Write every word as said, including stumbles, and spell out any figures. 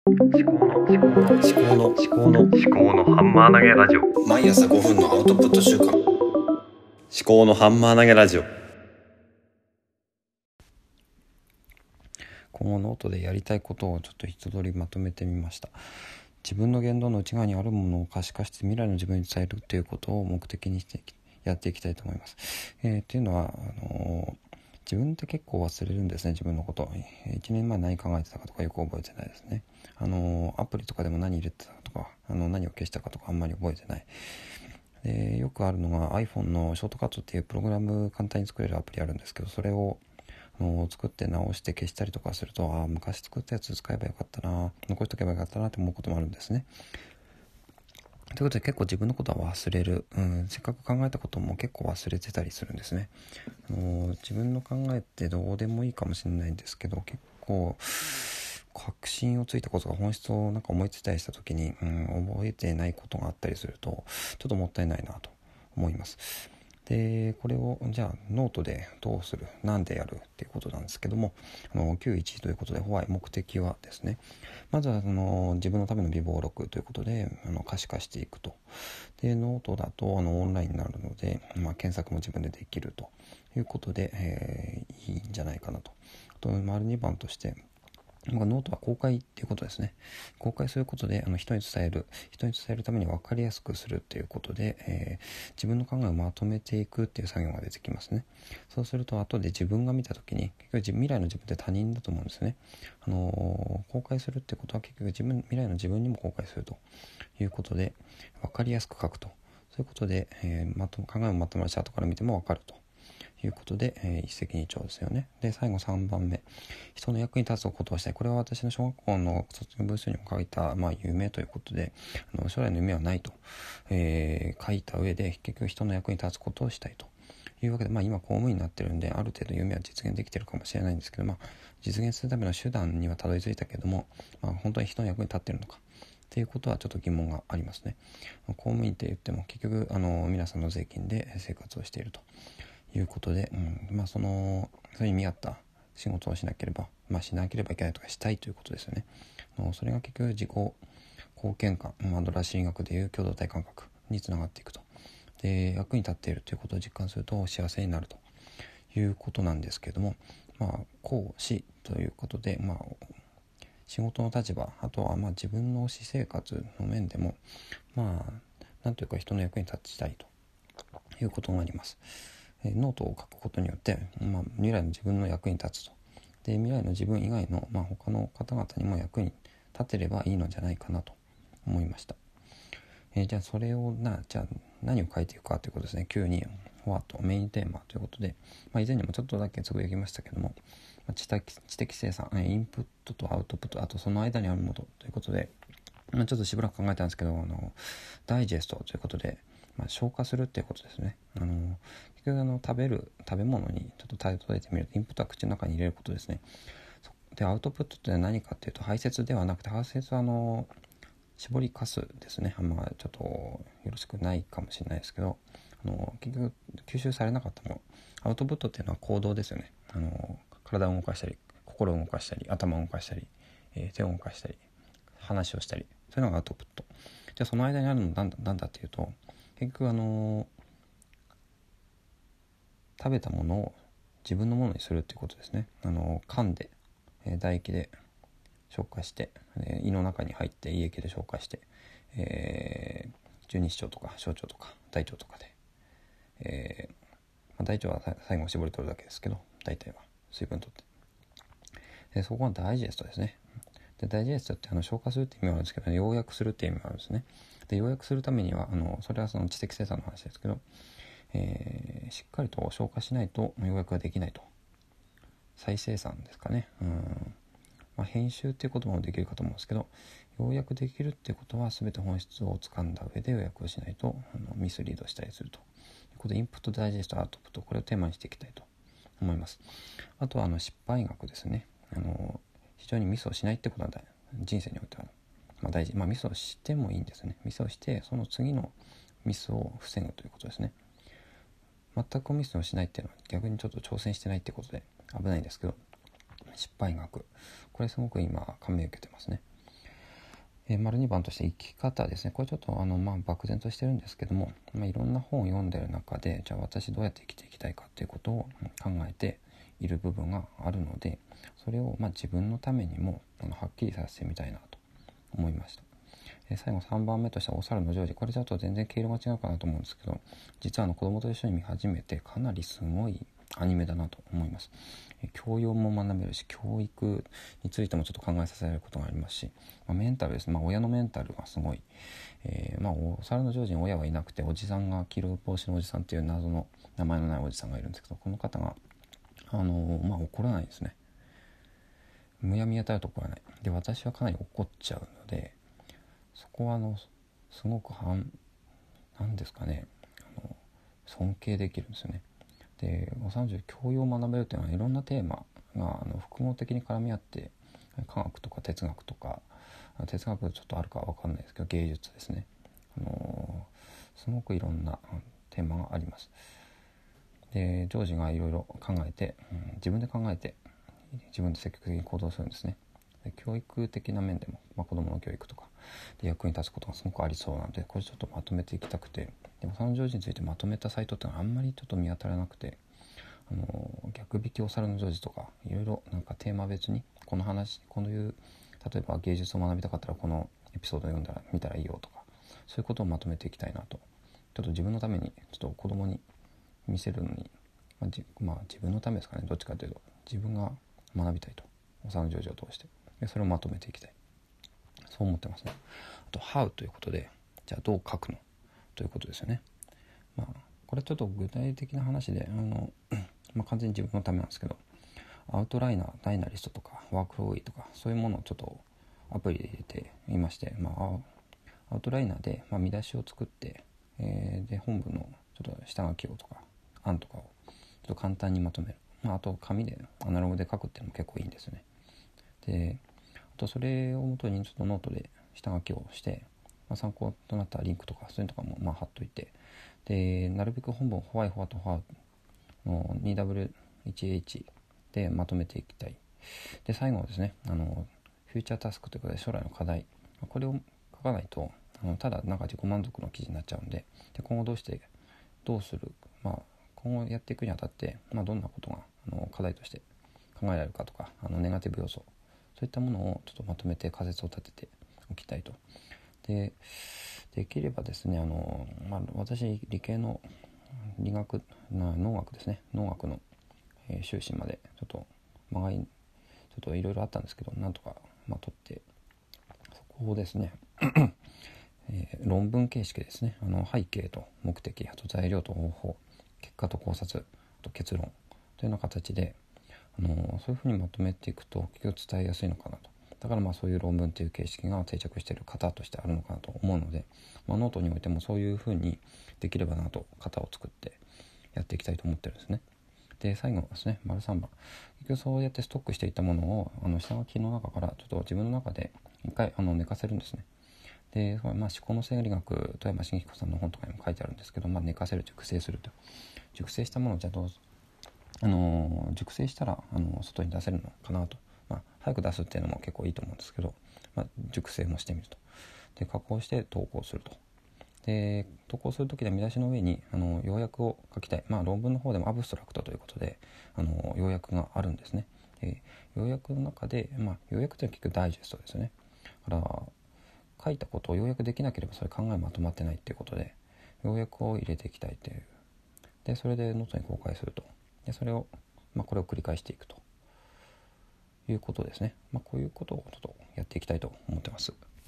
思考の思考の思考の思考の思考のハンマー投げラジオ。 毎朝ごふんのアウトプット週間。 思考のハンマー投げラジオ。今後ノートでやりたいことをちょっと一通りまとめてみました。自分の言動の内側にあるものを可視化して未来の自分に伝えるということを目的にしてやっていきたいと思います。えー、っていうのはあのー自分って結構忘れるんですね。自分のこといちねんまえ何考えてたかとかよく覚えてないですね。あのアプリとかでも何入れてたかとかあの何を消したかとかあんまり覚えてない。でよくあるのが iPhone のショートカットっていうプログラム簡単に作れるアプリあるんですけど、それをあの作って直して消したりとかすると、ああ昔作ったやつ使えばよかったな、残しとけばよかったなって思うこともあるんですね。ということで結構自分のことは忘れる、うん、せっかく考えたことも結構忘れてたりするんですね。あの自分の考えってどうでもいいかもしれないんですけど、結構確信をついたことが本質をなんか思いついたりした時に、うん、覚えてないことがあったりするとちょっともったいないなと思います。でこれをじゃあノートでどうする、なんでやるっていうことなんですけども、あのきゅういちということで、ホワイ目的はですね、まずはその自分のための備忘録ということであの可視化していくと。でノートだとあのオンラインになるので、まあ、検索も自分でできるということで、えー、いいんじゃないかなと。あと丸にばんとしてノートは公開っていうことですね。公開することであの人に伝える人に伝えるために分かりやすくするっていうことで、えー、自分の考えをまとめていくっていう作業が出てきますね。そうすると後で自分が見た時に結局未来の自分って他人だと思うんですね。あのー、公開するってことは結局自分未来の自分にも公開するということで、分かりやすく書くと、そういうことで、えー、まと考えをまとまらして後から見ても分かるということで、えー、一石二鳥ですよね。で最後さんばんめ、人の役に立つことをしたい。これは私の小学校の卒業文集にも書いた、まあ、夢ということで、あの将来の夢はないと、えー、書いた上で結局人の役に立つことをしたいというわけで、まあ、今公務員になってるんである程度夢は実現できてるかもしれないんですけど、まあ、実現するための手段にはたどり着いたけども、まあ、本当に人の役に立ってるのかっていうことはちょっと疑問がありますね。公務員って言っても結局あの皆さんの税金で生活をしているということで、うん、まあそのそれに見合った仕事をしなければ、まあしなければいけないとかしたいということですよね。それが結局自己貢献感、アドラー心理学でいう共同体感覚につながっていくと。で役に立っているということを実感すると幸せになるということなんですけれども、まあ公私ということで、まあ仕事の立場、あとはまあ自分の私生活の面でも、まあなんというか人の役に立ちたいということがあります。ノートを書くことによって、まあ、未来の自分の役に立つと。で未来の自分以外の、まあ、他の方々にも役に立てればいいのじゃないかなと思いました。えー、じゃあそれをなじゃあ何を書いていくかということですね。きゅうにフォワードメインテーマということで、まあ、以前にもちょっとだけつぶやきましたけども、知的、知的生産、インプットとアウトプット、あとその間にあるものということで、まあ、ちょっとしばらく考えたんですけど、あのダイジェストということで、まあ、消化するっていうことですね。あの結局あの食べる食べ物にちょっと例えてみると、インプットは口の中に入れることですね。でアウトプットって何かっていうと、排泄ではなくて、排泄はあの絞りかすですね。あんまちょっとよろしくないかもしれないですけど、あの結局吸収されなかったもの、アウトプットっていうのは行動ですよね。あの体を動かしたり、心を動かしたり、頭を動かしたり、えー、手を動かしたり、話をしたり、そういうのがアウトプット。じゃあその間にあるのは何だ、何だっていうと、結局あの食べたものを自分のものにするっていうことですね。あの噛んで、えー、唾液で消化して、えー、胃の中に入って胃液で消化して、えー、十二指腸とか小腸とか大腸とかで、えーまあ、大腸は最後絞り取るだけですけど、大体は水分取って、でそこがダイジェストですね。でダイジェストってあの消化するって意味はあるんですけど、要約するって意味があるんですね。で要約するためにはあのそれはその知的生産の話ですけど、えー、しっかりと消化しないと要約ができないと。再生産ですかね。うん、まあ、編集っていうこともできるかと思うんですけど、要約できるっていうことは全て本質をつかんだ上で要約をしないとあのミスリードしたりするということで、インプットダイジェストアウトプット、これをテーマにしていきたいと思います。あとはあの失敗学ですね。あの非常にミスをしないってことは人生においては、まあ、大事。まあミスをしてもいいんですね。ミスをしてその次のミスを防ぐということですね。全くミスをしないっていうのは逆にちょっと挑戦してないってことで危ないんですけど、失敗学、これすごく今感銘を受けてますね。 えー、丸にばんとして生き方ですね。これちょっとあの、まあ、漠然としてるんですけども、まあ、いろんな本を読んでる中で、じゃあ私どうやって生きていきたいかっていうことを考えている部分があるので、それをまあ自分のためにもあのはっきりさせてみたいなと思いました。えー、最後さんばんめとしてはお猿のジョージ。これちょっと全然毛色が違うかなと思うんですけど、実はあの子供と一緒に見始めてかなりすごいアニメだなと思います。えー、教養も学べるし、教育についてもちょっと考えさせられることがありますし、まあ、メンタルですね、まあ、親のメンタルがすごい、えー、まあお猿のジョージに親はいなくて、おじさんが黄色い帽子のおじさんっていう謎の名前のないおじさんがいるんですけど、この方があのー、まあ怒らないですね。むやみやたらと怒らない。で、私はかなり怒っちゃうので、そこはあのすごくはんなんですかね、あの尊敬できるんですよね。で、ごさんじゅう教養を学べるというのはいろんなテーマがあの複合的に絡み合って、科学とか哲学とか、哲学ちょっとあるかわかんないですけど、芸術ですね、あのすごくいろんなテーマがあります。で、ジョージがいろいろ考えて、うん、自分で考えて自分で積極的に行動するんですね。で、教育的な面でも、まあ、子どもの教育とかで役に立つことがすごくありそうなので、これちょっとまとめていきたくて、でもそのジョージについてまとめたサイトってのはあんまりちょっと見当たらなくて、あの逆引きお猿のジョージとかいろいろなんかテーマ別にこの話、こういう例えば芸術を学びたかったらこのエピソードを読んだら見たらいいよとか、そういうことをまとめていきたいなと。ちょっと自分のためにちょっと子供に見せるのに、まあじまあ、自分のためですかね。どっちかというと自分が学びたいと、お猿のジョージを通して、でそれをまとめていきたい、そう思ってますね。あと How ということで、じゃあどう書くのということですよね。まあこれちょっと具体的な話で、あの、まあ、完全に自分のためなんですけど、アウトライナー、ダイナリストとかワークフローイとかそういうものをちょっとアプリで入れていまして、まあ、アウトライナーで、まあ、見出しを作って、えー、で本文のちょっと下書きをとか案とかをちょっと簡単にまとめる、まあ、あと紙でアナログで書くっていうのも結構いいんですよね。で、あとそれをもとにちょっとノートで下書きをして、まあ、参考となったリンクとかそういうのとかもまあ貼っといて、でなるべく本文をホワイホワとホワの ツーダブリューワンエイチ でまとめていきたい。で、最後はですね、あのフューチャータスクということで将来の課題、これを書かないとあのただなんか自己満足の記事になっちゃうんで、で今後どうしてどうする、まあ、今後やっていくにあたって、まあ、どんなことがあの課題として考えられるかとか、あのネガティブ要素、そういったものをちょっとまとめて仮説を立てておきたいと。で、できればですね、あの、まあ、私理系の理学な農学ですね、農学の、えー、修士までちょっとまがいちょっといろいろあったんですけど、なんとかまあ取って、そこをですね、えー、論文形式ですね、あの背景と目的、あと材料と方法、結果と考察、あと結論というような形で、あのー、そういうふうにまとめていくと結局伝えやすいのかなと。だからまあそういう論文という形式が定着している型としてあるのかなと思うので、まあ、ノートにおいてもそういうふうにできればなと型を作ってやっていきたいと思ってるんですね。で、最後ですね、丸さんばん、結局そうやってストックしていたものをあの下書きの中からちょっと自分の中で一回あの寝かせるんですね。で、まあ、思考の生理学、富山茂彦さんの本とかにも書いてあるんですけど、まあ、寝かせる、熟成すると。熟成したものをじゃあどうぞ、あのー、熟成したら、あのー、外に出せるのかなと。まあ、早く出すっていうのも結構いいと思うんですけど、まあ、熟成もしてみると。で、加工して投稿すると。で、投稿するときは見出しの上に、あのー、要約を書きたい。まあ、論文の方でもアブストラクトということで、あのー、要約があるんですね。で、要約の中で、まあ、要約というのは結局ダイジェストですよね。だから書いたことを要約できなければそれ考えまとまってないっていうことで、要約を入れていきたいという。で、それでノートに公開すると。で、それを、まあ、これを繰り返していくということですね。まあ、こういうことをちょっとやっていきたいと思ってます。